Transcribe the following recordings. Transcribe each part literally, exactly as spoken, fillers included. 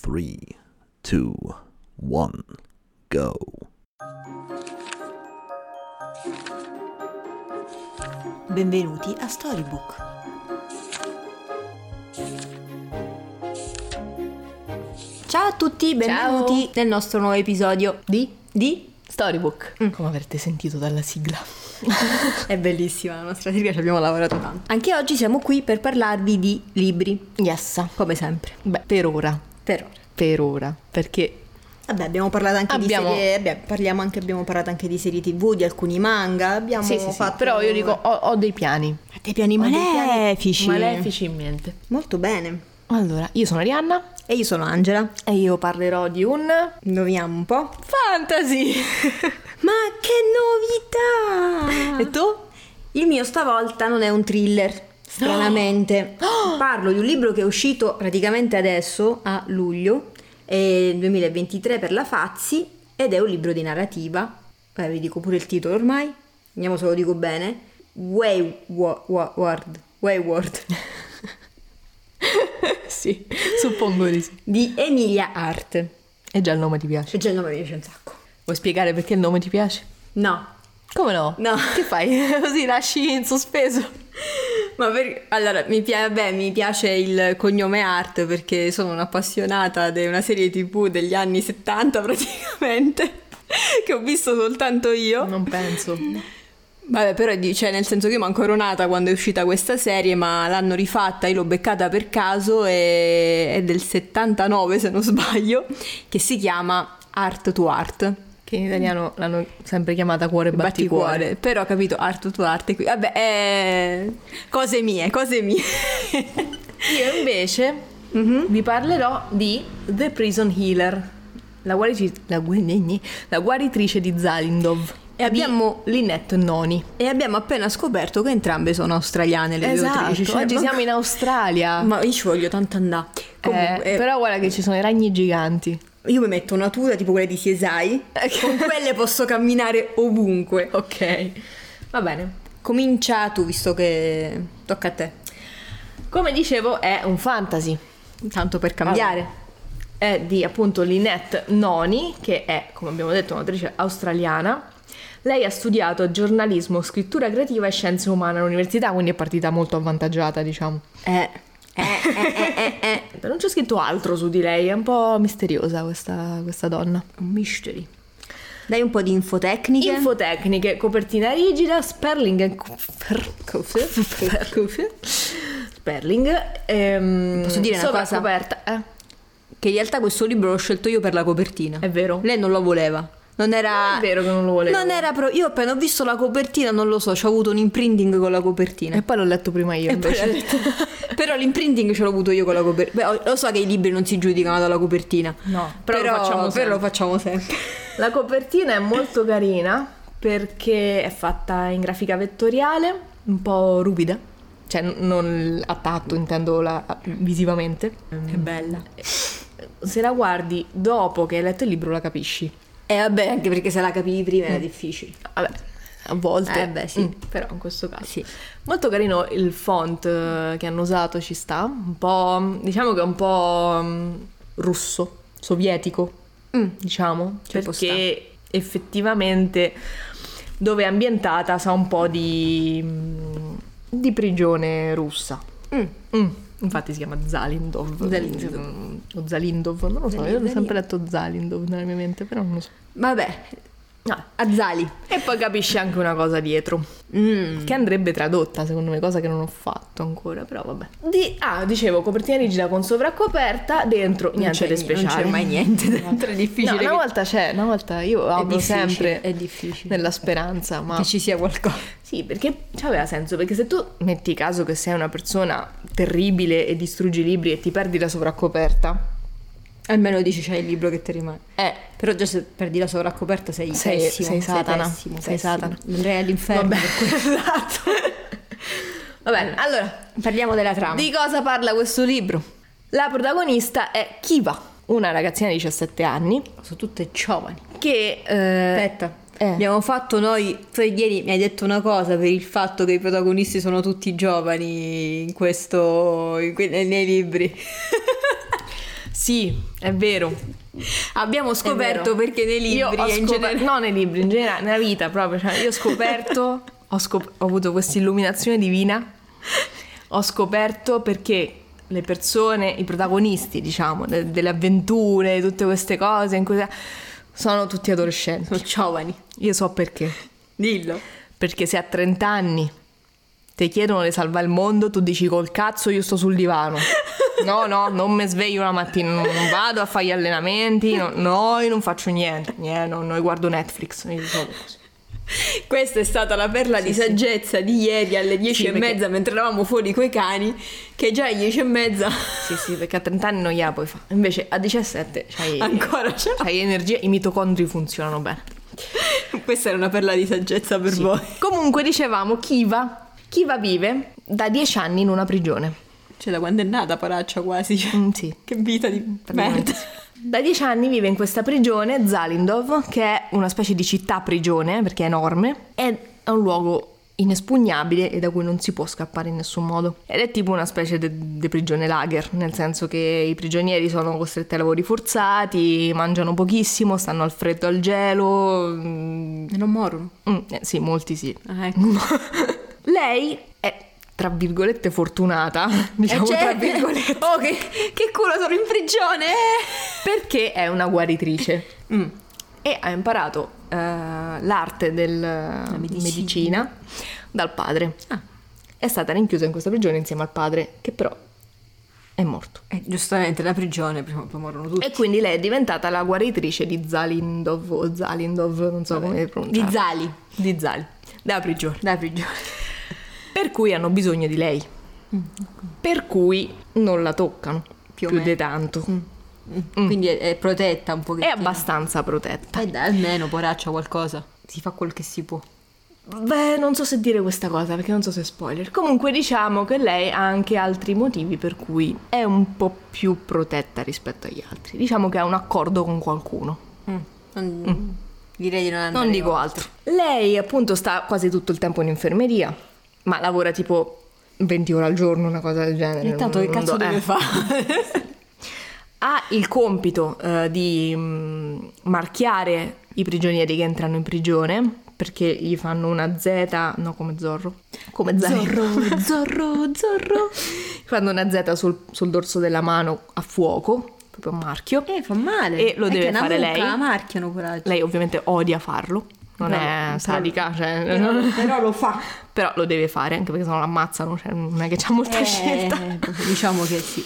three, two, one, go. Benvenuti a Storybook. Ciao a tutti, benvenuti Ciao. nel nostro nuovo episodio Di? di Storybook. Mm. Come avrete sentito dalla sigla. È bellissima la nostra sigla, ci abbiamo lavorato tanto. Anche oggi siamo qui per parlarvi di libri, Yes. come sempre. Beh, per ora. Per ora. Per ora. Perché Vabbè, abbiamo parlato anche Abbiamo- di serie, beh, parliamo anche, abbiamo parlato anche di serie tv, di alcuni manga, abbiamo sì, sì, sì. fatto... Però io dico, ho, ho dei piani. A te piani Ho dei piani malefici. Malefici in mente. Molto bene. Allora, io sono Arianna E io sono Angela. e io parlerò di un Indoviniamo un po'. fantasy. Ma che novità! E tu? Il mio stavolta non è un thriller, stranamente. Parlo di un libro che è uscito praticamente adesso, a luglio eh, duemilaventitré per la Fazzi, ed è un libro di narrativa. Eh, vi dico pure il titolo ormai, vediamo se lo dico bene. Wayward. Wayward. Sì, suppongo di sì. Di Emilia Hart. E già il nome ti piace? E già il nome mi piace un sacco. Vuoi spiegare perché il nome ti piace? No. Come no? No. Che fai? Così lasci in sospeso? Ma per... allora mi, pia... Beh, mi piace il cognome Art perché sono un'appassionata di una serie tv degli anni settanta praticamente che ho visto soltanto io. Non penso. Vabbè, però di- cioè, nel senso che io manco ero nata quando è uscita questa serie, ma l'hanno rifatta, io l'ho beccata per caso e è del settantanove se non sbaglio, che si chiama Art to Art. Che in italiano l'hanno sempre chiamata cuore batticuore. Batticuore, però ho capito Art to Art, qui. Vabbè, eh... cose mie, cose mie. Io invece vi parlerò di The Prison Healer, la, guarici- la, gu- la guaritrice di Zalindov. E abbiamo- di Lynette Noni. E abbiamo appena scoperto che entrambe sono australiane le due Esatto, autrici. Cioè, oggi ma- siamo in Australia. Ma io ci voglio tanto andare. Comunque, Eh, eh, però guarda che ci sono i ragni giganti. io mi metto una tuta tipo quelle di C S I. Con quelle posso camminare ovunque. Ok, va bene. Comincia tu, visto che tocca a te. Come dicevo è un fantasy. Tanto per cambiare. È di appunto Lynette Noni, che è, come abbiamo detto, un'autrice australiana. Lei ha studiato giornalismo, scrittura creativa e scienze umane all'università, quindi è partita molto avvantaggiata, diciamo. Eh, eh, eh, eh, eh, eh. Non c'è scritto altro su di lei, è un po' misteriosa questa, questa donna. Un mystery. Dai un po' di info tecniche. Infotecniche, copertina rigida, Sperling and Sperling. Ehm, Posso dire una cosa? Coperta, eh? Che in realtà questo libro l'ho scelto io per la copertina. È vero? Lei non lo voleva. Non era... Non è vero che non lo voleva. Non era pro... Io appena ho visto la copertina, non lo so, ci ho avuto un imprinting con la copertina. E poi l'ho letto prima io E poi invece. l'ho letto. Però l'imprinting ce l'ho avuto io con la copertina. Beh, lo so che i libri non si giudicano dalla copertina. No, però, però lo facciamo però sempre. lo facciamo sempre. La copertina è molto carina perché è fatta in grafica vettoriale, un po' ruvida, cioè n- non a tatto, intendo la, visivamente. Che bella. Se la guardi dopo che hai letto il libro la capisci. E vabbè, anche perché se la capivi prima era difficile. Vabbè, a volte. Eh beh, sì. Mm, però in questo caso. Sì. Molto carino il font eh, che hanno usato, ci sta. Un po', diciamo che è un po' mm, russo, sovietico, Mm. diciamo. Ci può Perché effettivamente dove è ambientata sa un po' di, mm, di prigione russa. Mm. Mm. Infatti si chiama Zalindov. Zalindov. Mm, O Zalindov, non lo so, io ho sempre letto Zalindov nella mia mente, però non lo so. Vabbè, Ah. Azzali. E poi capisci anche una cosa dietro, Mm. che andrebbe tradotta secondo me, cosa che non ho fatto ancora, però vabbè. Di, ah, dicevo, copertina rigida con sovraccoperta, dentro Non niente c'è di ni- speciale. Non c'è mai niente dentro, è No, difficile. una che... volta c'è, una volta io è apro difficile, sempre è difficile. nella speranza, ma Che ci sia qualcosa. sì, perché aveva senso, perché se tu metti caso che sei una persona terribile e distruggi i libri e ti perdi la sovraccoperta, Almeno dici c'hai il libro che ti rimane. eh, Però già se perdi la sovraccoperta sei, Sei- pessimo. sei Satana. pessimo, Sei pessimo. Satana. Andrei all'inferno. vabbè, per questo. esatto. Va bene, allora, Parliamo della trama. di cosa parla questo libro? La protagonista è Kiva, una ragazzina di diciassette anni Sono tutte giovani. che eh, Aspetta. eh. Abbiamo fatto noi, tu ieri mi hai detto una cosa per il fatto che i protagonisti sono tutti giovani in questo, in que- nei libri. Sì, è vero. Abbiamo scoperto È vero. perché nei libri Io ho e in scoper- generale... no, nei libri, in generale, nella vita proprio. Cioè, io ho scoperto, ho, scop- ho avuto questa illuminazione divina. Ho scoperto perché le persone, i protagonisti, diciamo, de- delle avventure, tutte queste cose, in cui sono tutti adolescenti. Sono giovani. Io so perché. Dillo. Perché se a trenta anni ti chiedono di salvare il mondo, tu dici col cazzo io sto sul divano. No, no, non mi sveglio la mattina, non vado a fare gli allenamenti, no, no io non faccio niente, niente no, no, io guardo Netflix. Io sono così. Questa è stata la perla Sì, di sì. saggezza di ieri alle dieci Sì, e perché- mezza mentre eravamo fuori coi cani, che già alle dieci e mezza Sì, sì, perché a trenta anni non gliela puoi fare. Invece a diciassette c'hai, ancora c'è. c'hai energia, i mitocondri funzionano bene. Questa era una perla di saggezza per Sì. voi. Comunque dicevamo, Kiva, Kiva vive da dieci anni in una prigione. Cioè da quando è nata poraccia quasi. Cioè, Mm, sì. che vita di Praticamente merda. sì. Da dieci anni vive in questa prigione, Zalindov, che è una specie di città-prigione, perché è enorme, ed è un luogo inespugnabile e da cui non si può scappare in nessun modo. Ed è tipo una specie di prigione lager, nel senso che i prigionieri sono costretti ai lavori forzati, mangiano pochissimo, stanno al freddo e al gelo. mm, E non morono. mm, eh, sì, molti sì. Ah, ecco. Lei è, tra virgolette, fortunata, diciamo Eh, tra certo. virgolette, Oh, che, che culo, sono in prigione! perché è una guaritrice. Mm. E ha imparato eh, l'arte della medicina. medicina. dal padre. Ah. È stata rinchiusa in questa prigione insieme al padre, che però è morto. Eh, giustamente, la prigione, prima o poi morono tutti. E quindi lei è diventata la guaritrice di Zalindov o Zalindov, non so Vabbè. come pronunciare. Di Zali. Di Zali, della prigione. La prigione. Per cui hanno bisogno di lei. Per cui non la toccano Più o più meno. di tanto. Quindi è, è protetta un È pochettino. abbastanza protetta. Eh dai, almeno, poraccia, qualcosa. Si fa quel che si può. Beh, non so se dire questa cosa perché non so se è spoiler. Comunque diciamo che lei ha anche altri motivi per cui è un po' più protetta rispetto agli altri. Diciamo che ha un accordo con qualcuno. Non- Direi di non andare Non dico oltre. altro. Lei appunto sta quasi tutto il tempo in infermeria, ma lavora tipo venti ore al giorno, una cosa del genere. Intanto che Non- cazzo non do- deve eh. fare? Ha il compito eh, di mh, marchiare i prigionieri che entrano in prigione, perché gli fanno una Z, no come Zorro, come Zorro, Zorro, Zorro. fanno una Z sul, sul dorso della mano a fuoco, proprio un marchio. Eh, fa male. E lo È deve che è una fare mucca, lei. La marchiano, coraggio. Lei ovviamente odia farlo, non Però- è però- sadica, cioè, Però, però lo fa. però lo deve fare, anche perché se no l'ammazzano, cioè non è che c'ha molta scelta. Eh, diciamo che sì.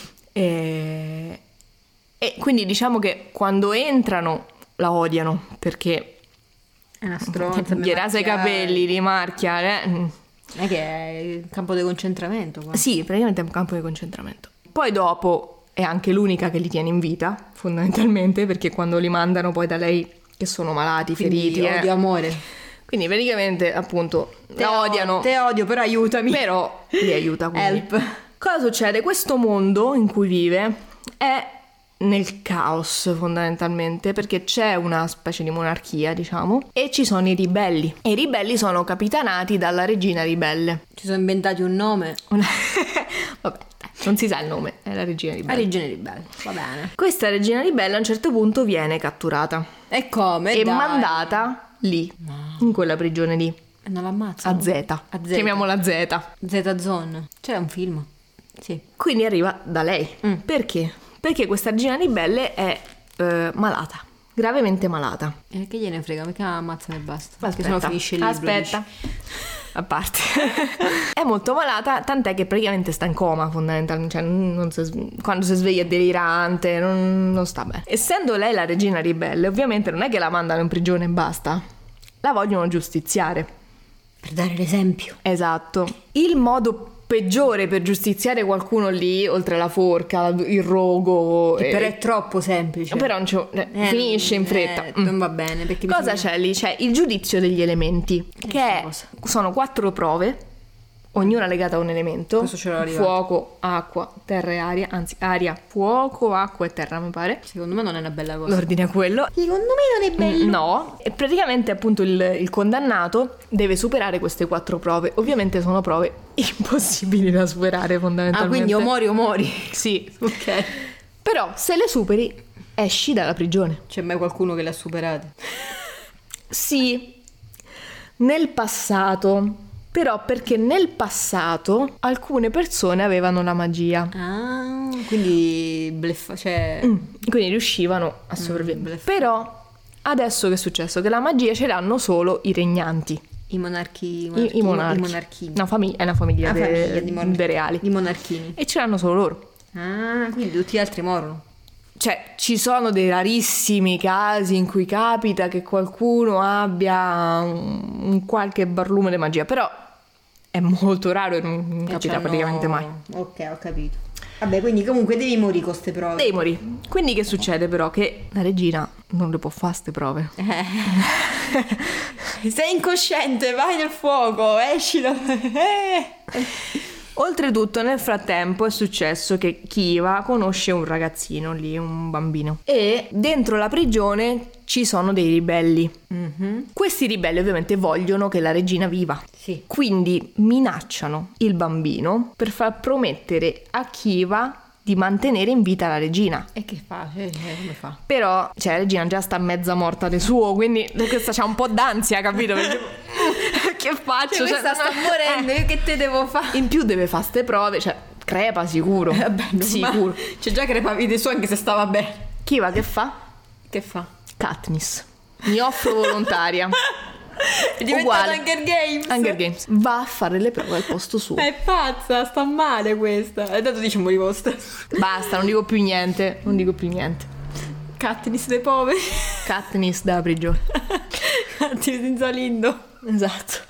E... e quindi diciamo che quando entrano la odiano, perché È una stronza. gli rasa i capelli, li marchia, eh. Non è che è il campo di concentramento qua. Sì, praticamente è un campo di concentramento. Poi dopo è anche l'unica che li tiene in vita, fondamentalmente, perché quando li mandano poi da lei che sono malati, Quindi feriti, eh. odio, amore. Quindi praticamente appunto Te la o- odiano, Te odio, però aiutami. però li aiuta. Quindi. Help. Cosa succede? Questo mondo in cui vive è nel caos fondamentalmente, perché c'è una specie di monarchia, diciamo, e ci sono i ribelli. E i ribelli sono capitanati dalla regina ribelle. Ci sono inventati un nome. Una- Vabbè, dai, non si sa il nome, è la regina La ribelle. regina ribelle. Va bene. Questa regina ribelle a un certo punto viene catturata E come? e Dai. mandata lì, in quella prigione lì, E non l'ammazza. a Z. A Z. Chiamiamola Z. Z Zone. C'è un film. Sì. Quindi arriva da lei. Mm. Perché? Perché questa regina ribelle è eh, malata, gravemente malata. E che gliene frega? Perché la ammazzano e basta. Perché Aspetta, sennò finisce il libro. aspetta. A parte. È molto malata, tant'è che praticamente sta in coma fondamentalmente, cioè non si- quando si sveglia è delirante, non, non sta bene. Essendo lei la regina ribelle, ovviamente non è che la mandano in prigione e basta, la vogliono giustiziare. Per dare l'esempio. Esatto. Il modo peggiore per giustiziare qualcuno lì, oltre la forca, il rogo... Che e- però è troppo semplice. però non c'è- eh, Eh, finisce in fretta. eh, Mm. Non va bene. Perché Cosa bisogna- c'è lì? C'è il giudizio degli elementi, che è- cosa? sono quattro prove, ognuna legata a un elemento. Questo ce l'ho arrivato. Fuoco, acqua, terra e aria, anzi aria, fuoco, acqua e terra mi pare. Secondo me non è una bella cosa. L'ordine è quello. Secondo me non è bello. No, e praticamente appunto il, il condannato deve superare queste quattro prove. Ovviamente sono prove impossibili da superare Ah, fondamentalmente. quindi o mori o mori. Sì. Ok. Però se le superi esci dalla prigione. C'è mai qualcuno che le ha superate? Sì, nel passato, però perché nel passato alcune persone avevano la magia. Ah, quindi bleffa, cioè... Mm, quindi riuscivano a sopravvivere. Mm, bleffa. Però adesso che è successo? Che la magia ce l'hanno solo i regnanti. I monarchi, I, monarchi, i monarchi. I monarchini. Una famiglia, è una famiglia, Una de- famiglia di monarchi. dei reali. Di monarchini. E ce l'hanno solo loro. Ah, quindi tutti gli altri morono. Cioè, ci sono dei rarissimi casi in cui capita che qualcuno abbia un, un qualche barlume di magia, però è molto raro e non E capita c'hanno- praticamente mai. Ok, ho capito. Vabbè, quindi comunque devi morire con ste prove. Devi morire. Quindi che succede però? Che la regina non le può fare ste prove. Sei incosciente, vai nel fuoco, esci da... Eh. Oltretutto nel frattempo è successo che Kiva conosce un ragazzino lì, un bambino, e dentro la prigione ci sono dei ribelli. Mhm. Questi ribelli ovviamente vogliono che la regina viva. Sì. Quindi minacciano il bambino per far promettere a Kiva di mantenere in vita la regina. E che fa? Cioè, cioè, come fa? Però, cioè, la regina già sta mezza morta di suo, quindi questa c'ha un po' d'ansia, capito? Perché, che faccio? Cioè, questa sta morendo, io che te devo fare? In più deve fare ste prove, cioè, crepa sicuro. Vabbè, sicuro. Cioè già crepavi di suo anche se stava bene. Kiva che fa? Che fa? Katniss. Mi offro volontaria. È diventato Hunger Games. Hunger Games. Va a fare le prove al posto suo. È pazza, sta male questa. E dato diciamo di vostra. Basta, non dico più niente. Non dico più niente. Katniss dei poveri. Katniss dalla prigione. Katniss in Zalindo. Esatto.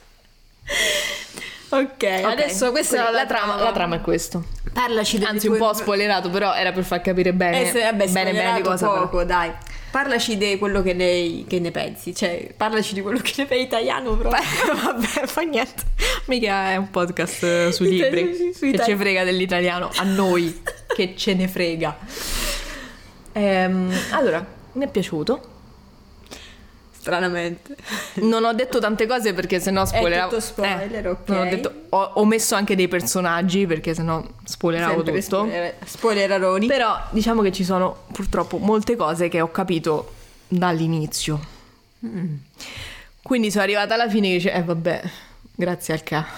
Ok, adesso questa Quindi era la, trama, la trama è questo. Parlaci delle Anzi, tue... un po' spoilerato, però era per far capire bene, Eh, se, vabbè, bene, bene di cosa poco, parla. dai. Parlaci di quello che ne, che ne pensi. Cioè, parlaci di quello che ne pensi italiano proprio. Vabbè, fa niente. Mica è un podcast eh, sui Ita- libri. su- su che itali- ci frega dell'italiano. A noi che ce ne frega. Ehm, allora, mi è piaciuto. Stranamente. Non ho detto tante cose perché sennò spoileravo. tutto spoiler, ok. Non ho, detto, ho, ho messo anche dei personaggi perché sennò spoileravo Sempre tutto. spoiler- spoileraroni. Però diciamo che ci sono purtroppo molte cose che ho capito dall'inizio. Mm. Quindi sono arrivata alla fine e dice, eh vabbè, grazie al ca.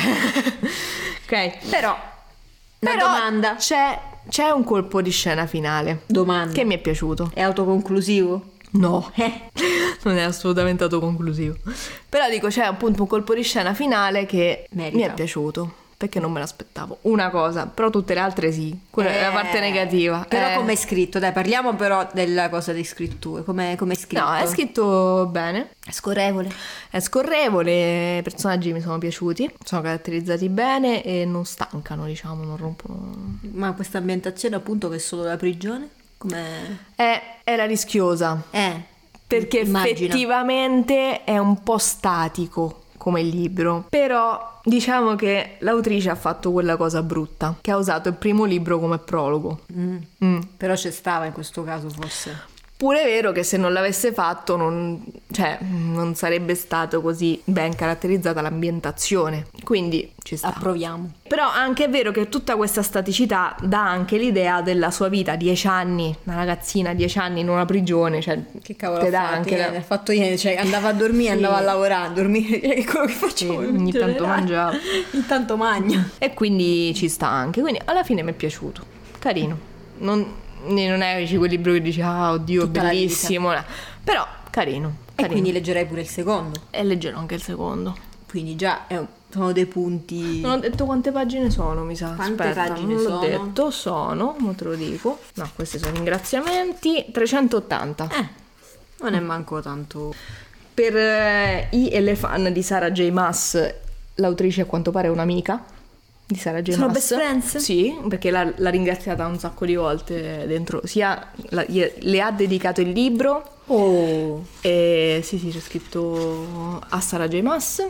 Ok, però, Una però domanda. C'è, c'è un colpo di scena finale Domanda. che mi è piaciuto. È autoconclusivo? No, Eh. non è assolutamente autoconclusivo. Però dico, c'è appunto un colpo di scena finale che Merita. mi è piaciuto. Perché non me l'aspettavo. Una cosa, però tutte le altre sì. Quella è la Eh, parte negativa. Però Eh, come è scritto? Dai, parliamo però della cosa di scrittura. Come è scritto? No, è scritto bene. È scorrevole. È scorrevole, i personaggi mi sono piaciuti, sono caratterizzati bene e non stancano, diciamo, non rompono. Ma questa ambientazione appunto che è solo la prigione? Come... È, era rischiosa, Eh. perché immagino. effettivamente è un po' statico come libro, però diciamo che l'autrice ha fatto quella cosa brutta, che ha usato il primo libro come prologo. Mm. Mm. Però ci stava in questo caso forse. Pure è vero che se non l'avesse fatto non, cioè, non sarebbe stato così ben caratterizzata l'ambientazione, quindi ci sta. Approviamo. Però anche è vero che tutta questa staticità dà anche l'idea della sua vita, dieci anni, una ragazzina dieci anni in una prigione, cioè Che cavolo te ha dà fatto anche ieri? la- Ha fatto ieri, cioè andava a dormire, Sì. andava a lavorare, a dormire, è quello che Sì, facciamo ogni tanto mangiava. Intanto magna. E quindi ci sta anche, quindi alla fine mi è piaciuto, carino. Non, non è quel libro che dici ah oddio Tutta la bellissimo, no. Però carino, E carino. quindi leggerei pure il secondo. E leggerò anche il secondo. Quindi già è un- sono dei punti. Non ho detto quante pagine sono, mi sa. Quante Aspetta, pagine non l'ho sono? detto, sono, ma te lo dico. No, questi sono ringraziamenti, trecentottanta. Eh, non è manco tanto. Per eh, i e le fan di Sarah J. Maas, l'autrice a quanto pare è un'amica di Sarah J. Sono Maas. best friends? Sì, perché l'ha, l'ha ringraziata un sacco di volte dentro, sia la- gli- le ha dedicato il libro, Oh. e sì sì c'è scritto a Sarah J. Maas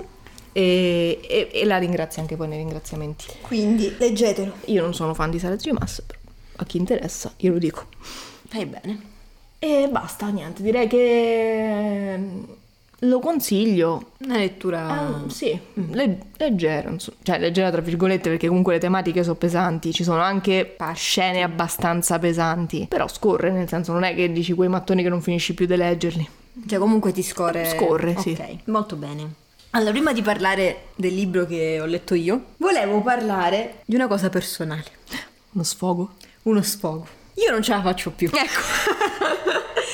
e, e, e la ringrazia anche poi nei ringraziamenti. Quindi leggetelo. Io non sono fan di Sarah J. Maas, però a chi interessa io lo dico. Fai bene. E basta, niente, direi che Lo consiglio. Una lettura... Ah, sì, le- leggera, insomma. Cioè leggera tra virgolette, perché comunque le tematiche sono pesanti, ci sono anche scene abbastanza pesanti, però scorre, nel senso non è che dici quei mattoni che non finisci più di leggerli. Cioè comunque ti scorre... Scorre, sì. Ok, molto bene. Allora, prima di parlare del libro che ho letto io, volevo parlare di una cosa personale. Uno sfogo. Uno sfogo. Io non ce la faccio più. Ecco.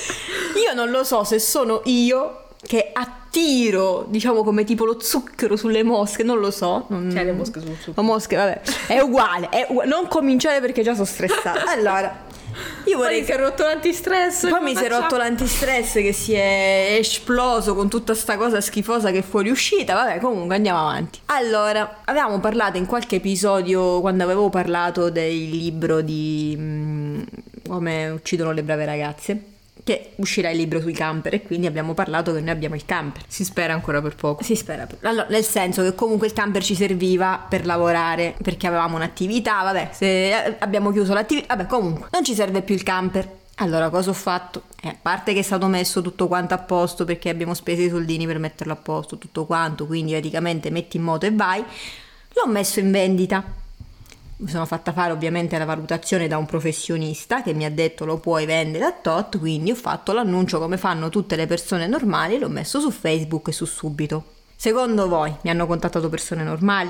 Io non lo so se sono io che attiro, diciamo, come tipo lo zucchero sulle mosche, non lo so. Non... Cioè le mosche sul zucchero. Le mosche, vabbè, è uguale, è uguale. Non cominciare perché già sono stressata. Allora, io vorrei... Poi si è rotto l'antistress. Poi mi si è rotto l'antistress che si è esploso con tutta sta cosa schifosa che è fuoriuscita. Vabbè, comunque andiamo avanti. Allora, avevamo parlato in qualche episodio, quando avevo parlato del libro di mh, Come uccidono le brave ragazze, che uscirà il libro sui camper, e quindi abbiamo parlato che noi abbiamo il camper. Si spera ancora per poco. Si spera per... Allora, nel senso che comunque il camper ci serviva per lavorare, perché avevamo un'attività, vabbè, se abbiamo chiuso l'attività, vabbè, comunque non ci serve più il camper. Allora, cosa ho fatto? Eh, a parte che è stato messo tutto quanto a posto, perché abbiamo speso i soldini per metterlo a posto, tutto quanto, quindi praticamente metti in moto e vai, l'ho messo in vendita. Mi sono fatta fare ovviamente la valutazione da un professionista che mi ha detto lo puoi vendere a tot, quindi ho fatto l'annuncio come fanno tutte le persone normali, l'ho messo su Facebook e su Subito. Secondo voi mi hanno contattato persone normali?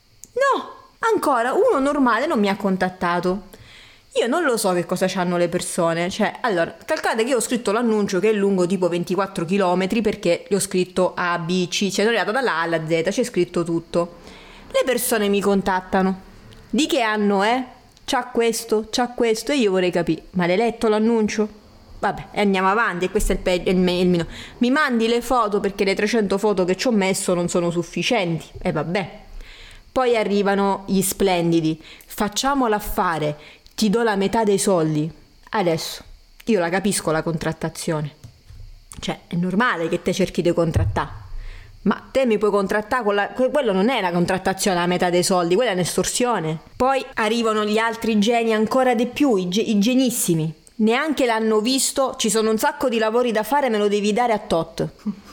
No, ancora uno normale non mi ha contattato. Io non lo so che cosa c'hanno le persone, cioè, allora, calcolate che io ho scritto l'annuncio che è lungo tipo ventiquattro chilometri, perché gli ho scritto A, B, C, cioè sono arrivata dalla A alla Z, c'è scritto tutto. Le persone mi contattano. Di che anno è? C'ha questo, c'ha questo, e io vorrei capire, ma l'hai letto l'annuncio? Vabbè, e andiamo avanti, e questo è il peggio, il, me- il meno. Mi mandi le foto perché le trecento foto che ci ho messo non sono sufficienti, e vabbè. Poi arrivano gli splendidi, facciamo l'affare, ti do la metà dei soldi. Adesso, io la capisco la contrattazione, cioè è normale che te cerchi di contrattare. Ma te mi puoi contrattare con la... quello non è la contrattazione a metà dei soldi, quella è un'estorsione. Poi arrivano gli altri geni ancora di più, i, ge- i genissimi. Neanche l'hanno visto, ci sono un sacco di lavori da fare, me lo devi dare a tot.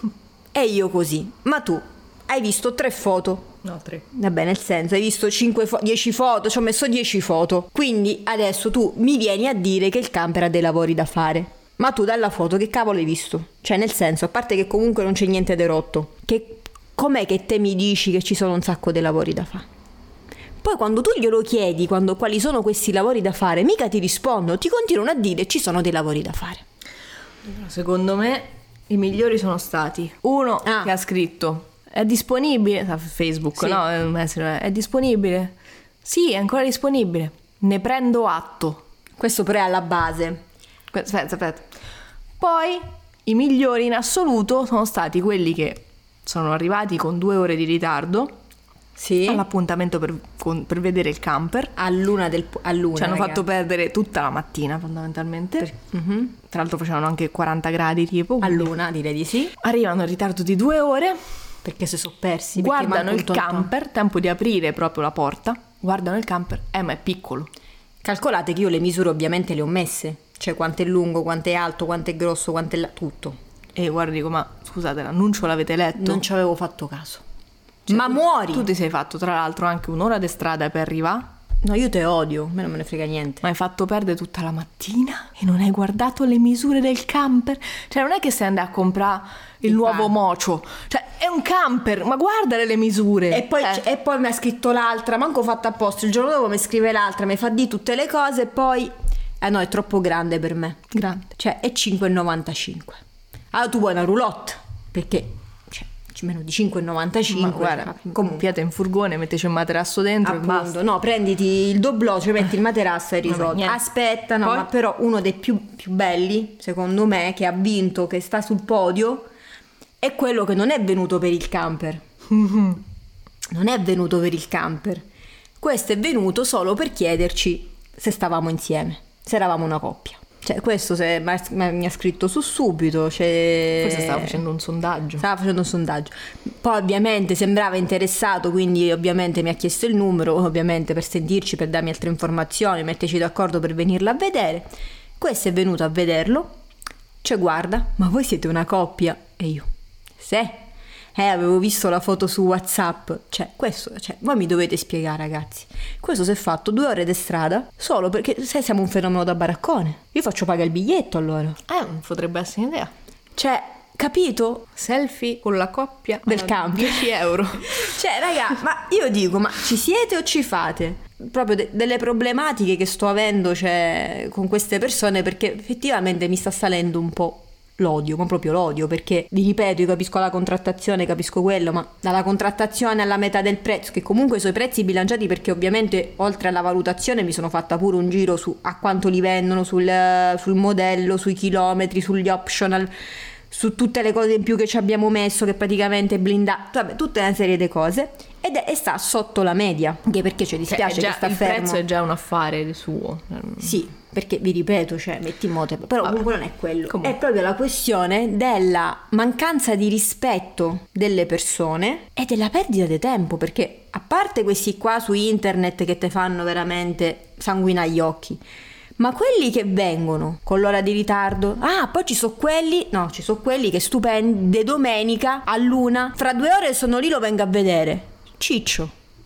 E io così. Ma tu hai visto tre foto? No, tre. Vabbè, nel senso, hai visto cinque fo- dieci foto, ci ho messo dieci foto. Quindi adesso tu mi vieni a dire che il camper ha dei lavori da fare. Ma tu dalla foto che cavolo hai visto? Cioè, nel senso, a parte che comunque non c'è niente di rotto, che com'è che te mi dici che ci sono un sacco di lavori da fare? Poi quando tu glielo chiedi quando, quali sono questi lavori da fare, mica ti rispondono, ti continuano a dire ci sono dei lavori da fare. Secondo me i migliori sono stati uno Ah. che ha scritto è disponibile su Facebook, Sì. no? È disponibile? Sì, è ancora disponibile. Ne prendo atto. Questo però è alla base. Aspetta, aspetta. Poi i migliori in assoluto sono stati quelli che sono arrivati con due ore di ritardo Sì. all'appuntamento per, con- per vedere il camper. A luna del a luna. Ci hanno ragazzi. fatto perdere tutta la mattina fondamentalmente. Mhm. Tra l'altro facevano anche quaranta gradi tipo. A quindi luna, direi di sì. Arrivano in ritardo di due ore, Perché se sono persi. perché guardano manca un il tonton. camper, tempo di aprire proprio la porta, guardano il camper, eh ma è piccolo. Calcolate che io le misure ovviamente le ho messe. Cioè quanto è lungo, quanto è alto, quanto è grosso, quanto è la... tutto. E guardi dico, ma scusate, l'annuncio l'avete letto? Non ci avevo fatto caso. Cioè, Ma tu- muori! Tu ti sei fatto tra l'altro anche un'ora di strada per arrivare, No, io te odio, a me non me ne frega niente. ma hai fatto perdere tutta la mattina e non hai guardato le misure del camper. Cioè non è che sei andato a comprare il, Il nuovo pan. mocio, cioè è un camper, ma guardale le misure. E poi, Eh. e poi mi ha scritto l'altra, manco fatto apposta. Il giorno dopo mi scrive l'altra, mi fa di tutte le cose e poi... Eh no, è troppo grande per me. Grande. Cioè, è cinque e novantacinque. Allora tu vuoi una roulotte, perché... Cioè, meno di cinque e novantacinque. Ma guarda, comunque... piate in furgone, metteci il materasso dentro e basta. Appunto, no, prenditi il doblò, cioè metti il materasso e hai Vabbè, risolto. niente. Aspetta, no, Poi? ma però uno dei più, più belli, secondo me, che ha vinto, che sta sul podio, è quello che non è venuto per il camper. Non è venuto per il camper. Questo è venuto solo per chiederci se stavamo insieme, se eravamo una coppia. Cioè, questo se, ma- ma- mi ha scritto su Subito. Cioè... Forse stava facendo un sondaggio. Stava facendo un sondaggio. Poi ovviamente sembrava interessato, quindi ovviamente mi ha chiesto il numero, ovviamente per sentirci, per darmi altre informazioni, metterci d'accordo per venirla a vedere. Questo è venuto a vederlo, cioè guarda, ma voi siete una coppia? E io, Se. Eh, avevo visto la foto su WhatsApp. Cioè, questo, cioè, voi mi dovete spiegare, ragazzi. Questo si è fatto due ore di strada solo perché se siamo un fenomeno da baraccone. Io faccio pagare il biglietto allora. Eh, potrebbe essere un'idea. Cioè, capito? Selfie con la coppia Del a campo. dieci euro. Cioè, raga, ma io dico, ma ci siete o ci fate? Proprio de- delle problematiche che sto avendo, cioè, con queste persone, perché effettivamente mi sta salendo un po' l'odio, ma proprio l'odio, perché vi ripeto, io capisco la contrattazione, capisco quello, ma dalla contrattazione alla metà del prezzo, che comunque sono i prezzi bilanciati, perché ovviamente oltre alla valutazione mi sono fatta pure un giro su a quanto li vendono, sul, sul modello, sui chilometri, sugli optional, su tutte le cose in più che ci abbiamo messo, che praticamente è blindato, vabbè, tutta una serie di cose, ed è, e sta sotto la media, anche perché ci dispiace Cioè, è già, che sta il fermo. prezzo è già un affare di suo. Sì, perché vi ripeto, cioè metti in moto, però Vabbè. comunque non è quello. Comunque. È proprio la questione della mancanza di rispetto delle persone e della perdita di tempo, perché a parte questi qua su internet che te fanno veramente sanguinare gli occhi, ma quelli che vengono con l'ora di ritardo, ah, poi ci sono quelli, no, ci sono quelli che stupendi, de domenica all'una, fra due ore sono lì, lo vengo a vedere. Ciccio,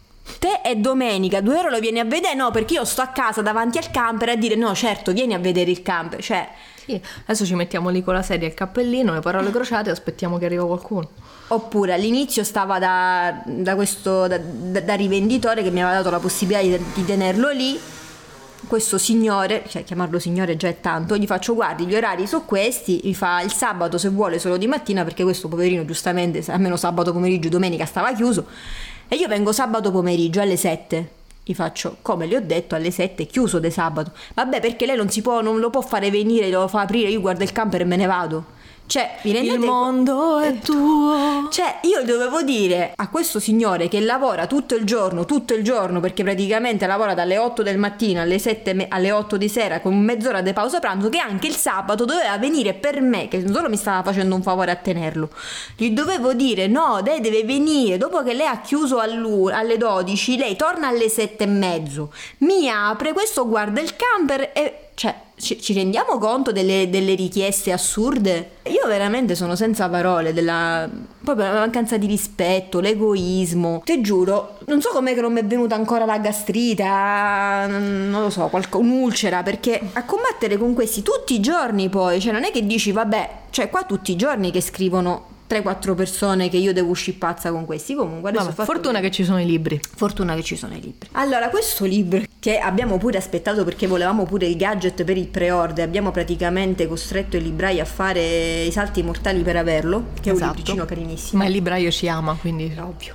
te è domenica, due ore lo vieni a vedere? No, perché io sto a casa davanti al camper a dire no, certo, vieni a vedere il camper, cioè... Sì, adesso ci mettiamo lì con la sedia e il cappellino, le parole crociate e aspettiamo che arriva qualcuno. Oppure all'inizio stava da, da questo da, da- da rivenditore che mi aveva dato la possibilità di, di tenerlo lì. Questo signore, cioè chiamarlo signore già è tanto, gli faccio guardi gli orari sono questi, mi fa il sabato se vuole solo di mattina, perché questo poverino giustamente almeno sabato pomeriggio, domenica stava chiuso, e io vengo sabato pomeriggio alle sette. Gli faccio, come le ho detto, alle sette è chiuso di sabato. Vabbè, perché lei non si può, non lo può fare venire, lo fa aprire, io guardo il camper e me ne vado. Cioè, vi rendete Il mondo è tuo. Cioè, io dovevo dire a questo signore che lavora tutto il giorno, tutto il giorno, perché praticamente lavora dalle otto del mattino alle sette, me- alle otto di sera con mezz'ora di pausa pranzo, che anche il sabato doveva venire per me, che non solo mi stava facendo un favore a tenerlo. Gli dovevo dire, no, lei deve venire, dopo che lei ha chiuso all'u- alle dodici, lei torna alle sette e mezzo, mi apre, questo guarda il camper e... Cioè, ci, ci rendiamo conto delle, delle richieste assurde? Io veramente sono senza parole, della proprio la mancanza di rispetto, l'egoismo. Ti giuro, non so com'è che non mi è venuta ancora la gastrite, ah, non lo so, qualco, un'ulcera, perché a combattere con questi tutti i giorni poi, cioè non è che dici vabbè, cioè qua tutti i giorni che scrivono tre quattro persone che io devo uscire pazza con questi. Comunque adesso Vabbè, ho fatto fortuna che ci sono i libri. Fortuna che ci sono i libri. Allora, questo libro che abbiamo pure aspettato perché volevamo pure il gadget per il pre-order, abbiamo praticamente costretto il libraio a fare i salti mortali per averlo, che è un Esatto. libricino carinissimo. Ma il libraio ci ama, quindi È ovvio.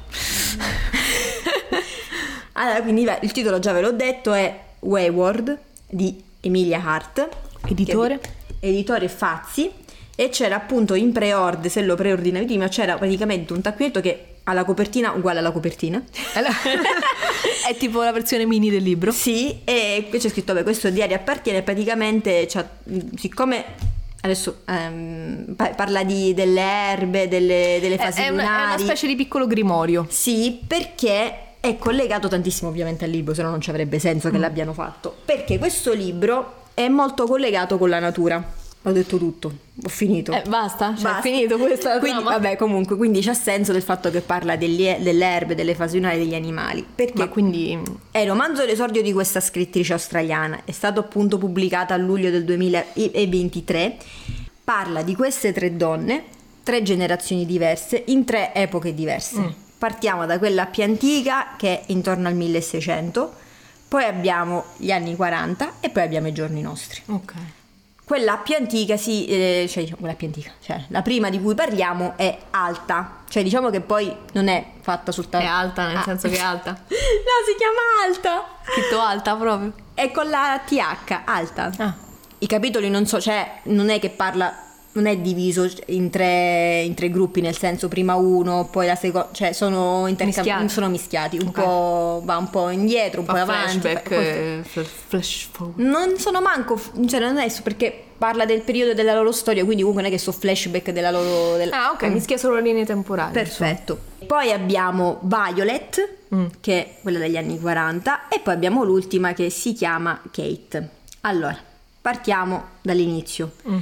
Allora, quindi beh, il titolo già ve l'ho detto, è Wayward di Emilia Hart. Editore? Che- Editore Fazzi. E c'era appunto in pre-order, se lo preordinavi prima, c'era praticamente un taccuetto che ha la copertina uguale alla copertina. è tipo la versione mini del libro. Sì, e qui c'è scritto, beh, questo diario appartiene, praticamente, c'ha- siccome adesso ehm, pa- parla di, delle erbe, delle, delle È, fasi è una, è una lunari. specie di piccolo grimorio. Sì, perché è collegato tantissimo ovviamente al libro, se no non ci avrebbe senso che l'abbiano fatto. Perché questo libro è molto collegato con la natura. Ho detto tutto, ho finito. Eh, basta, cioè, Basta. è finito questa Quindi, trama. vabbè, comunque, quindi c'ha senso del fatto che parla degli- delle erbe, delle fasi lunari degli animali. Perché Ma quindi è il romanzo d'esordio di questa scrittrice australiana, è stato appunto pubblicata a luglio del duemilaventitré, parla di queste tre donne, tre generazioni diverse, in tre epoche diverse. Mm. Partiamo da quella più antica, che è intorno al milleseicento, poi abbiamo gli anni quaranta e poi abbiamo i giorni nostri. ok. Quella più antica, sì, eh, cioè diciamo quella più antica, cioè la prima di cui parliamo è alta, cioè diciamo che poi non è fatta soltanto... È alta, nel Ah. senso che è alta. No, si chiama alta! Scritto alta proprio. È con la T H, alta. Ah. I capitoli non so, cioè non è che parla, non è diviso in tre, in tre gruppi, nel senso prima uno, poi la seconda, cioè sono, intercam- Mischiati. sono mischiati, un Ok. po' va un po' indietro, un Fa po' avanti. flashback, fa- eh, fl- flash forward. Non sono manco, cioè non è su perché parla del periodo della loro storia, quindi comunque non è che so flashback della loro... Della... Ah, ok, mischia solo le linee temporali. Perfetto. Poi abbiamo Violet, Mm. che è quella degli anni quaranta, e poi abbiamo l'ultima che si chiama Kate. Allora, partiamo dall'inizio. Mm.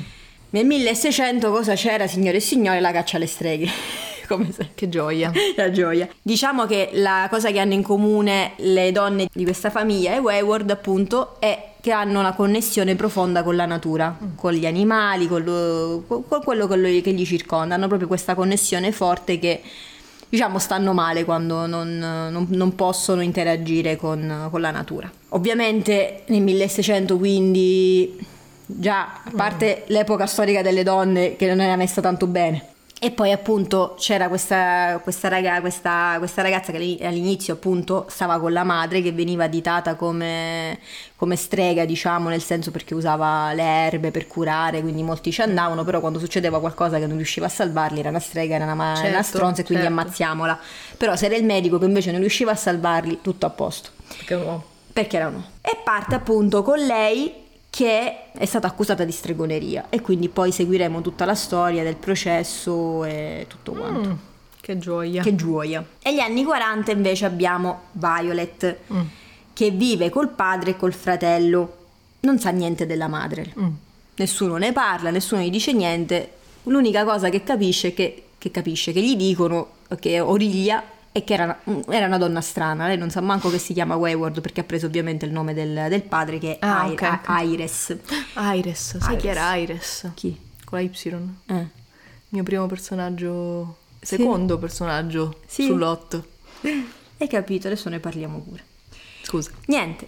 Nel milleseicento cosa c'era, signore e signori? La caccia alle streghe. Come se... Che gioia. La gioia. Diciamo che la cosa che hanno in comune le donne di questa famiglia e Wayward, appunto, è che hanno una connessione profonda con la natura, mm. con gli animali, con, lo, con quello che li circonda. Hanno proprio questa connessione forte che, diciamo, stanno male quando non, non, non possono interagire con, con la natura. Ovviamente nel milleseicento, quindi, già, a parte mm. l'epoca storica delle donne che non era messa tanto bene, e poi appunto c'era questa, questa, raga, questa, questa ragazza che all'inizio appunto stava con la madre, che veniva additata come, come strega, diciamo, nel senso perché usava le erbe per curare, quindi molti ci andavano, però quando succedeva qualcosa che non riusciva a salvarli era una strega, era una, certo, una stronza, e quindi certo. ammazziamola. Però se era il medico che invece non riusciva a salvarli, tutto a posto. Perché no? Perché era no. E parte appunto con lei che è stata accusata di stregoneria, e quindi poi seguiremo tutta la storia del processo e tutto quanto. Mm, che gioia. Che gioia. E gli anni quaranta invece abbiamo Violet, mm. che vive col padre e col fratello, non sa niente della madre. Mm. Nessuno ne parla, nessuno gli dice niente. L'unica cosa che capisce che, che capisce che gli dicono che è Origlia, e che era una, era una donna strana. Lei non sa manco che si chiama Wayward, perché ha preso ovviamente il nome del, del padre, che è ah, I- okay, okay. Iris. Iris, sai Iris. chi era Iris? Chi? Con la Y. Eh. Mio primo personaggio, secondo sì. personaggio sì. sull'otto. Hai capito, adesso ne parliamo pure. Scusa. Niente.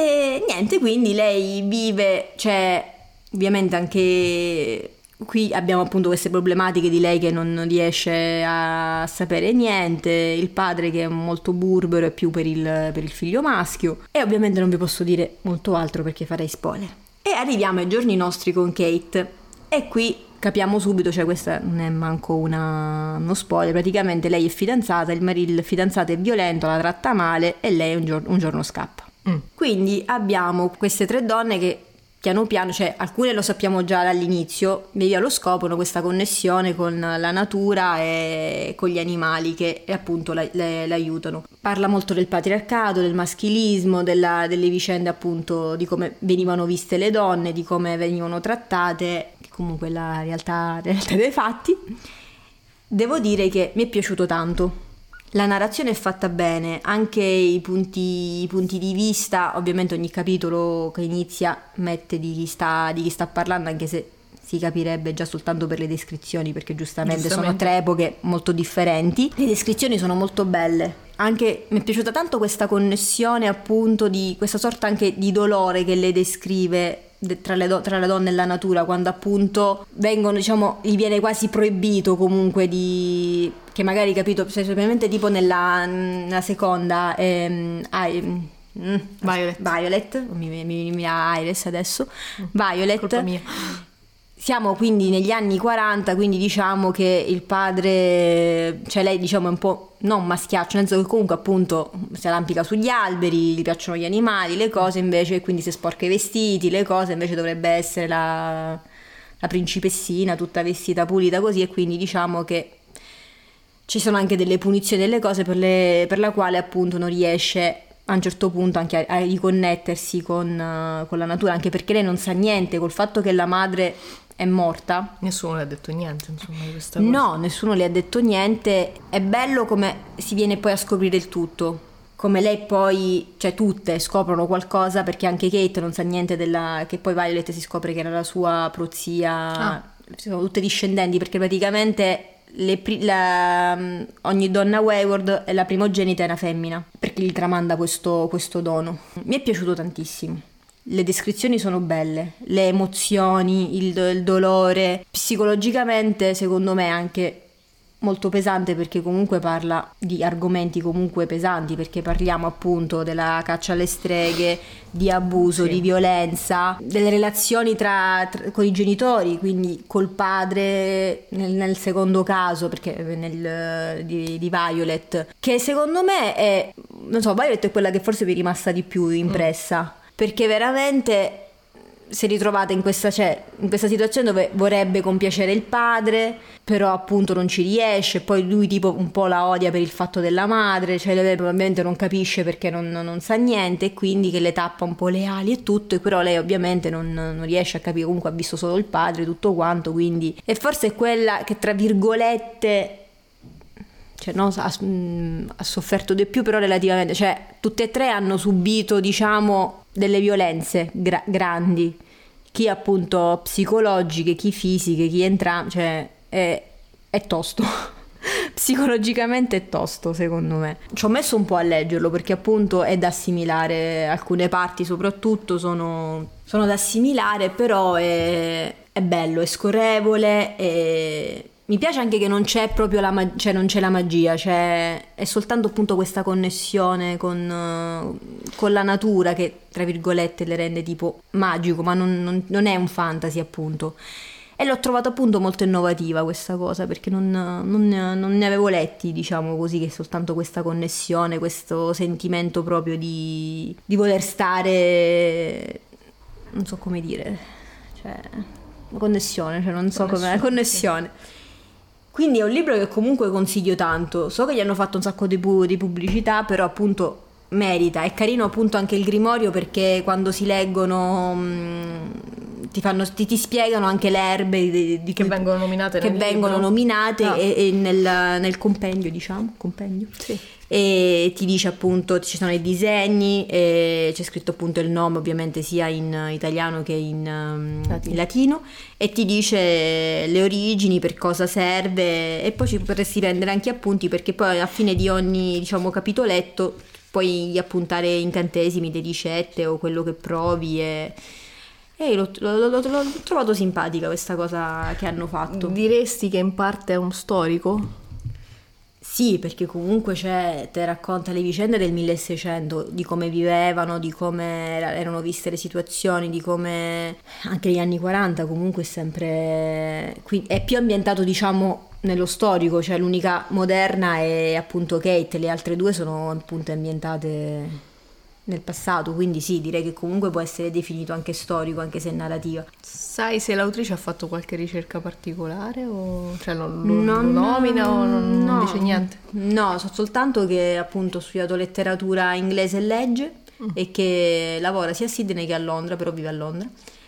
E niente, quindi lei vive, cioè, ovviamente anche... Qui abbiamo appunto queste problematiche di lei che non riesce a sapere niente, il padre che è molto burbero e più per il, per il figlio maschio, e ovviamente non vi posso dire molto altro perché farei spoiler. E arriviamo ai giorni nostri con Kate, e qui capiamo subito, cioè questa non è manco una, uno spoiler, praticamente lei è fidanzata, il, mar- il fidanzato è violento, la tratta male e lei un, gior- un giorno scappa. Mm. Quindi abbiamo queste tre donne che piano piano, cioè alcune lo sappiamo già dall'inizio, via lo scoprono questa connessione con la natura e con gli animali che appunto la, le, l'aiutano. Parla molto del patriarcato, del maschilismo, della, delle vicende appunto di come venivano viste le donne, di come venivano trattate, che comunque la realtà, la realtà dei fatti. Devo dire che mi è piaciuto tanto. La narrazione è fatta bene, anche i punti, i punti di vista, ovviamente ogni capitolo che inizia mette di chi sta, di chi sta parlando, anche se si capirebbe già soltanto per le descrizioni, perché giustamente, giustamente sono tre epoche molto differenti. Le descrizioni sono molto belle, anche mi è piaciuta tanto questa connessione appunto di questa sorta anche di dolore che lei descrive tra, le do- tra la donna e la natura, quando appunto vengono, diciamo, gli viene quasi proibito comunque di... che magari, capito, cioè, ovviamente tipo nella, nella seconda ehm, ah, ehm, mm, Violet Violet mi, mi, mi, mi Iris adesso mm. Violet, colpa mia. Siamo quindi negli anni quaranta, quindi diciamo che il padre, cioè lei diciamo è un po' non maschiaccio, nel senso che comunque appunto si arrampica sugli alberi, gli piacciono gli animali, le cose, invece quindi si sporca i vestiti, le cose, invece dovrebbe essere la, la principessina tutta vestita pulita così, e quindi diciamo che ci sono anche delle punizioni, delle cose per, le, per la quale appunto non riesce a un certo punto anche a, a riconnettersi con, uh, con la natura, anche perché lei non sa niente, col fatto che la madre è morta. Nessuno le ha detto niente, insomma, di questa cosa. No, nessuno le ha detto niente. È bello come si viene poi a scoprire il tutto, come lei poi, cioè tutte scoprono qualcosa, perché anche Kate non sa niente della, che poi Violet si scopre che era la sua prozia, ah. sono tutte discendenti, perché praticamente le, la, ogni donna Wayward è la primogenita, è una femmina, perché gli tramanda questo, questo dono. Mi è piaciuto tantissimo. Le descrizioni sono belle, le emozioni, il, il dolore, psicologicamente secondo me anche molto pesante, perché comunque parla di argomenti comunque pesanti, perché parliamo appunto della caccia alle streghe, di abuso, sì. di violenza, delle relazioni tra, tra con i genitori, quindi col padre nel, nel secondo caso, perché nel di, di Violet, che secondo me è, non so, Violet è quella che forse mi è rimasta di più impressa. Mm. Perché veramente si è ritrovata in questa, cioè, in questa situazione dove vorrebbe compiacere il padre, però appunto non ci riesce, poi lui tipo un po' la odia per il fatto della madre, cioè lei probabilmente non capisce perché non, non sa niente, e quindi che le tappa un po' le ali e tutto, e però lei ovviamente non, non riesce a capire, comunque ha visto solo il padre, tutto quanto, quindi... E forse è quella che tra virgolette... cioè no, ha, ha sofferto di più, però relativamente, cioè tutte e tre hanno subito, diciamo, delle violenze gra- grandi, chi appunto psicologiche, chi fisiche, chi entrambi, cioè è, è tosto. Psicologicamente è tosto, secondo me. Ci ho messo un po' a leggerlo perché appunto è da assimilare, alcune parti soprattutto sono, sono da assimilare, però è, è bello, è scorrevole, e mi piace anche che non c'è proprio la magia, cioè non c'è la magia, cioè è soltanto appunto questa connessione con, con la natura che tra virgolette le rende tipo magico, ma non, non, non è un fantasy appunto. E l'ho trovato appunto molto innovativa questa cosa, perché non, non, non ne avevo letti, diciamo così, che soltanto questa connessione, questo sentimento proprio di, di voler stare, non so come dire, cioè una connessione, cioè non so come, una connessione. Quindi è un libro che comunque consiglio tanto. So che gli hanno fatto un sacco di, pu- di pubblicità, però appunto merita. È carino appunto anche il grimorio, perché quando si leggono mh, ti, fanno, ti, ti spiegano anche le erbe di, di che cui, vengono nominate che nel vengono libro. nominate Ah. e, e nel, nel compendio, diciamo, compendio. Sì. E ti dice appunto, ci sono i disegni e c'è scritto appunto il nome, ovviamente sia in italiano che in, um, Latino. in latino, e ti dice le origini, per cosa serve, e poi ci potresti prendere anche appunti, perché poi a fine di ogni, diciamo, capitoletto puoi appuntare incantesimi, le ricette o quello che provi, e, e l'ho, l'ho- l'ho- l'ho trovato simpatica questa cosa che hanno fatto. Diresti che in parte è un storico? Sì, perché comunque c'è, te racconta le vicende del milleseicento, di come vivevano, di come era- erano viste le situazioni, di come anche gli anni quaranta comunque è sempre... qui- è più ambientato, diciamo, nello storico, cioè l'unica moderna è appunto Kate, le altre due sono appunto ambientate nel passato, quindi sì, direi che comunque può essere definito anche storico, anche se narrativa. Sai se l'autrice ha fatto qualche ricerca particolare o cioè lo, lo- lo Non- nomina o non, non no. dice niente? No, so soltanto che appunto ho studiato letteratura inglese e legge e che lavora sia a Sydney che a Londra, però vive a Londra.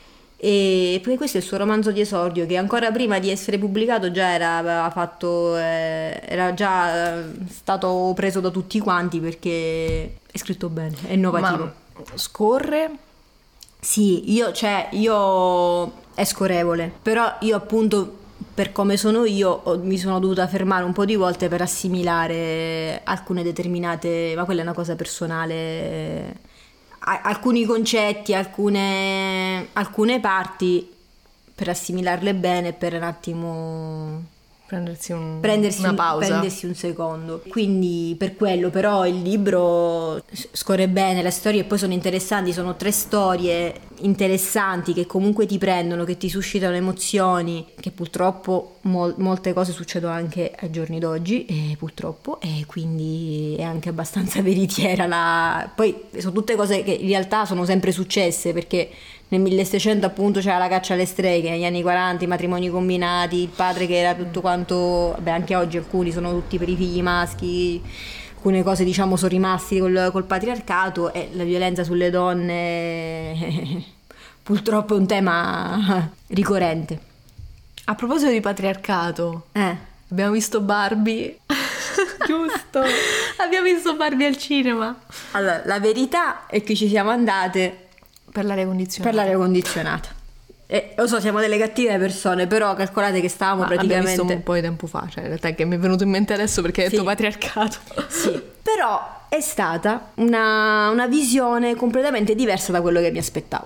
E poi questo è il suo romanzo di esordio, che ancora prima di essere pubblicato già era, aveva fatto, eh, era già eh, stato preso da tutti quanti, perché è scritto bene, è innovativo. Ma scorre? Sì, io, cioè, io è scorrevole, però io appunto, per come sono io, ho- mi sono dovuta fermare un po' di volte per assimilare alcune determinate, ma quella è una cosa personale, a- alcuni concetti, alcune, alcune parti, per assimilarle bene, per un attimo Prendersi un- prendersi una un, pausa. prendersi un secondo. Quindi per quello, però il libro s- scorre bene, le storie poi sono interessanti, sono tre storie interessanti che comunque ti prendono, che ti suscitano emozioni, che purtroppo mol- molte cose succedono anche ai giorni d'oggi, e purtroppo, e quindi è anche abbastanza veritiera la... Poi sono tutte cose che in realtà sono sempre successe, perché nel milleseicento appunto c'era la caccia alle streghe, negli anni quaranta i matrimoni combinati, il padre che era tutto quanto, beh anche oggi alcuni sono tutti per i figli maschi, alcune cose diciamo sono rimasti col, col patriarcato, e la violenza sulle donne purtroppo è un tema ricorrente. A proposito di patriarcato, Eh, abbiamo visto Barbie. giusto. Abbiamo visto Barbie al cinema. Allora, la verità è che ci siamo andate Per l'aria condizionata. per l'aria condizionata. E lo so, siamo delle cattive persone, però calcolate che stavamo Ma abbiamo praticamente... visto un po' di tempo fa, cioè in realtà è che mi è venuto in mente adesso perché hai detto Sì. patriarcato. Sì, però è stata una, una visione completamente diversa da quello che mi aspettavo.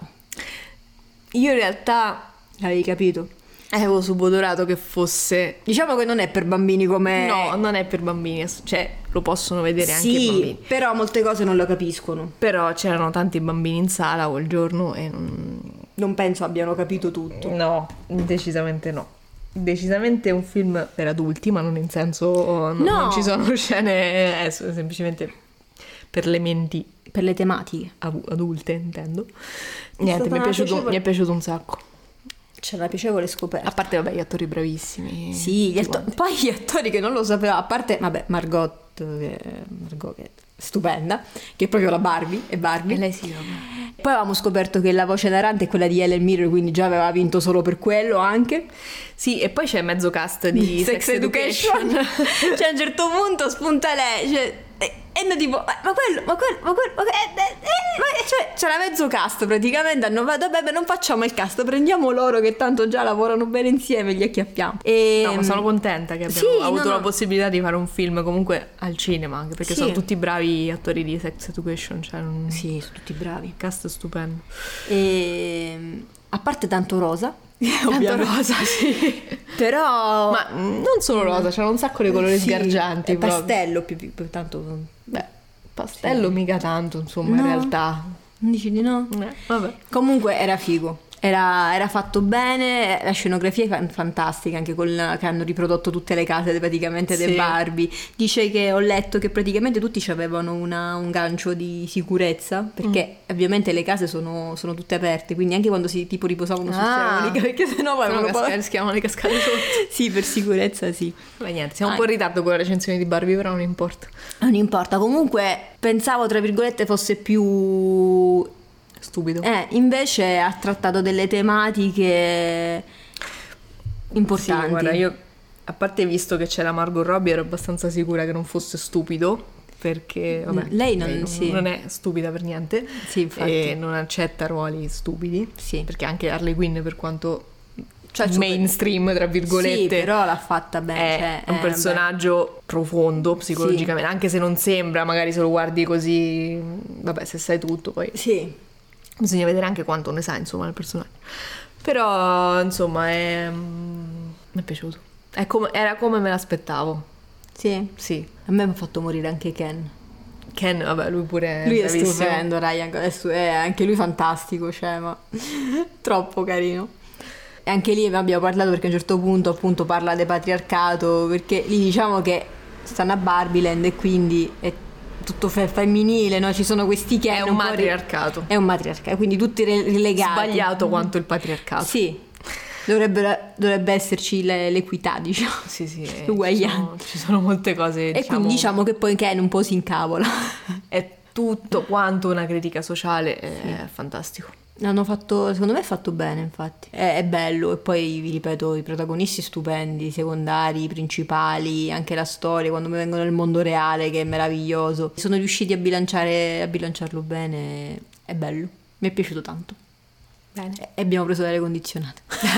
Io in realtà Avevi capito? avevo subodorato che fosse... Diciamo che non è per bambini come... No, non è per bambini, cioè lo possono vedere anche i sì, bambini. però molte cose non lo capiscono. Però c'erano tanti bambini in sala quel giorno e non... Non penso abbiano capito tutto. No, decisamente no. Decisamente è un film per adulti, ma non in senso... non- No. Non ci sono scene, è semplicemente per le menti per le tematiche. Adu- adulte intendo. Niente, stata mi è, una piaciuto, piacevole- mi è piaciuto un sacco. C'è una piacevole scoperta. A parte, vabbè, gli attori bravissimi. Sì, gli tutti atto- quanti. poi gli attori che non lo sapevamo, a parte, vabbè, Margot, che, Margot che è stupenda, che è proprio la Barbie, è Barbie. E lei sì, vabbè. Poi avevamo scoperto che la voce narrante è quella di Helen Mirren, quindi già aveva vinto solo per quello anche. Sì, e poi c'è mezzo cast di Sex, Education. Cioè a un certo punto spunta lei, cioè, e, e noi tipo, ma ma quello, ma quello, ma quello, ma, que- eh, eh, eh, ma- cioè c'era mezzo cast praticamente, hanno fatto, vabbè, non facciamo il cast, prendiamo loro che tanto già lavorano bene insieme, li acchiappiamo. E, No, ma sono contenta che abbiamo Sì, avuto no, la no. possibilità di fare un film comunque al cinema, anche perché Sì. sono tutti bravi attori di Sex Education, cioè un Sì, sono tutti bravi. cast stupendo. E, a parte tanto rosa, Tanto rosa, sì. però... Ma non solo rosa, c'erano un sacco di colori Sì, sgargianti. è proprio. pastello più, più, più tanto... Beh, pastello mica tanto, insomma, No. in realtà. Non dici di no? Eh, vabbè. Comunque era figo, era, era fatto bene, la scenografia è fan- fantastica, anche con che hanno riprodotto tutte le case praticamente dei Sì. Barbie. Dice che ho letto che praticamente tutti avevano una- un gancio di sicurezza, perché Mm. ovviamente le case sono, sono tutte aperte, quindi anche quando si tipo riposavano sul Ah. seronica, perché sennò poi Sono avevano cascate, paura- si chiamano le cascate sotto. Sì, per sicurezza sì. Beh, niente, siamo Ah. un po' in ritardo con la recensione di Barbie, però non importa. Non importa, comunque pensavo tra virgolette fosse più... Stupido. Eh, invece ha trattato delle tematiche importanti. Sì, guarda, io a parte visto che c'era Margot Robbie ero abbastanza sicura che non fosse stupido, perché vabbè, Lei non- sì. non è stupida per niente. Sì, infatti. E non accetta ruoli stupidi. Sì. Perché anche Harley Quinn, per quanto Cioè, il suo- mainstream, tra virgolette, Sì, però l'ha fatta bene. è cioè, un eh, personaggio profondo psicologicamente, anche se non sembra, magari se lo guardi così, vabbè, se sai tutto, poi beh, sì. bisogna vedere anche quanto ne sa, insomma, del personaggio. Però, insomma, è... mi è piaciuto. È come- era come me l'aspettavo. Sì. Sì. A me mi ha fatto morire anche Ken. Ken, vabbè, lui pure è Lui è bravissimo. stupendo, Ryan. Adesso è anche lui fantastico, cioè, ma troppo carino. E anche lì abbiamo parlato perché a un certo punto appunto parla del patriarcato, perché lì diciamo che stanno a Barbieland e quindi è tutto fe- femminile, no? Ci sono questi Ken È un po' ri- matriarcato. È un matriarcato, quindi tutti re- relegati. Sbagliato quanto il patriarcato. Sì, dovrebbe, dovrebbe esserci le- l'equità, diciamo. Sì, sì. eh, Uguaglianza. Ci sono, ci sono molte cose, E diciamo, quindi diciamo che poi Ken un po' si incavola. è tutto quanto una critica sociale, è fantastico. L'hanno fatto, secondo me è fatto bene, infatti. È, è bello, e poi vi ripeto, i protagonisti stupendi, i secondari, i principali, anche la storia, quando mi vengono nel mondo reale, che è meraviglioso. Sono riusciti a bilanciare, a bilanciarlo bene, è bello. Mi è piaciuto tanto. Bene. E abbiamo preso l'aria condizionata.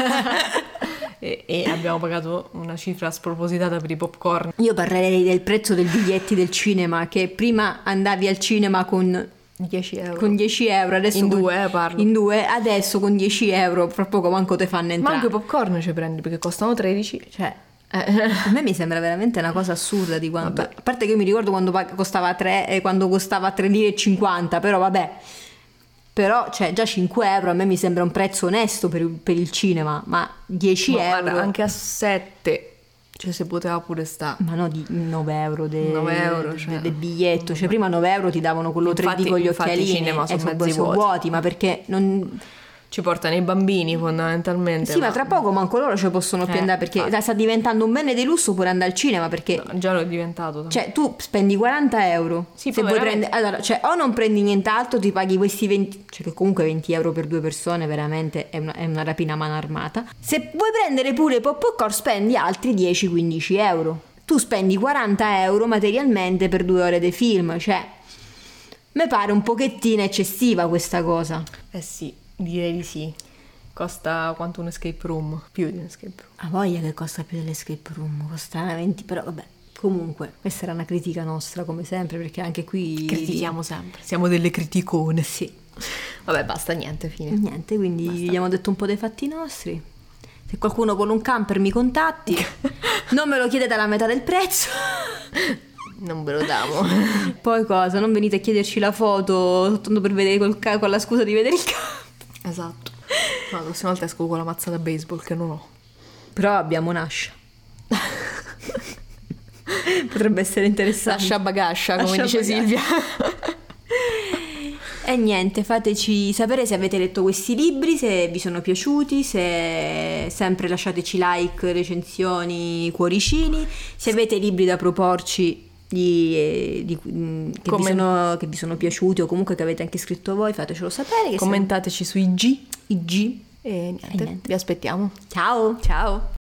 E, e abbiamo pagato una cifra spropositata per i popcorn. Io parlerei del prezzo dei biglietti del cinema, che prima andavi al cinema con dieci euro. con dieci euro, adesso In con- due, eh, parlo. in due, adesso con dieci euro fra poco manco te fanno Ma entrare. anche i popcorn ci prendi perché costano tredici. Cioè, Eh. a me mi sembra veramente una cosa assurda di quanto. Vabbè. A parte che io mi ricordo quando pag- costava tre e quando costava tre lire e cinquanta, però vabbè. Però, cioè, già cinque euro a me mi sembra un prezzo onesto per, il- per il cinema, ma dieci Ma euro. guarda, anche a sette, cioè se poteva pure sta. Ma no, di nove euro del nove euro, cioè. de- biglietto. Cioè, prima nove euro ti davano quello tre D Infatti- con gli infatti i occhialini. cinema e sono sono, mezzi sono vuoti. vuoti, ma perché non. Ci portano i bambini fondamentalmente. Sì, ma tra poco manco loro ci possono più Eh, andare, perché infatti. sta diventando un bene di lusso pure andare al cinema, perché No, già lo è diventato. cioè tu spendi quaranta euro. Sì, se poi vuoi veramente- prendere, allora, cioè o non prendi nient'altro, ti paghi questi venti, cioè che comunque venti euro per due persone veramente è una, è una rapina a mano armata. Se vuoi prendere pure i popcorn, spendi altri dieci quindici euro. Tu spendi quaranta euro materialmente per due ore di film, cioè mi pare un pochettino eccessiva questa cosa. Eh sì, direi di sì. Costa quanto un escape room? Più di un escape room. Ha voglia che costa più dell'escape room, costa venti, però vabbè. Comunque, questa era una critica nostra come sempre, perché anche qui Critichiamo sempre. Siamo delle criticone. Sì. Vabbè, basta, niente, fine. Niente, quindi gli abbiamo detto un po' dei fatti nostri. Se qualcuno vuole un camper mi contatti. Non me lo chiedete alla metà del prezzo. Non ve lo davo. Poi cosa? Non venite a chiederci la foto soltanto per vedere col ca- con la scusa di vedere il camper. Esatto. No, la prossima volta esco con la mazza da baseball che non ho. Però abbiamo un'ascia. Potrebbe essere interessante. Lascia bagascia, come Lascia dice bagascia. Silvia. E niente, fateci sapere se avete letto questi libri, se vi sono piaciuti, se sempre lasciateci like, recensioni, cuoricini, se avete libri da proporci di, di, che, Come- vi sono, che vi sono piaciuti o comunque che avete anche scritto voi, fatecelo sapere. Che Commentateci sui G siamo- I G. e niente, E niente. vi aspettiamo. Ciao! Ciao!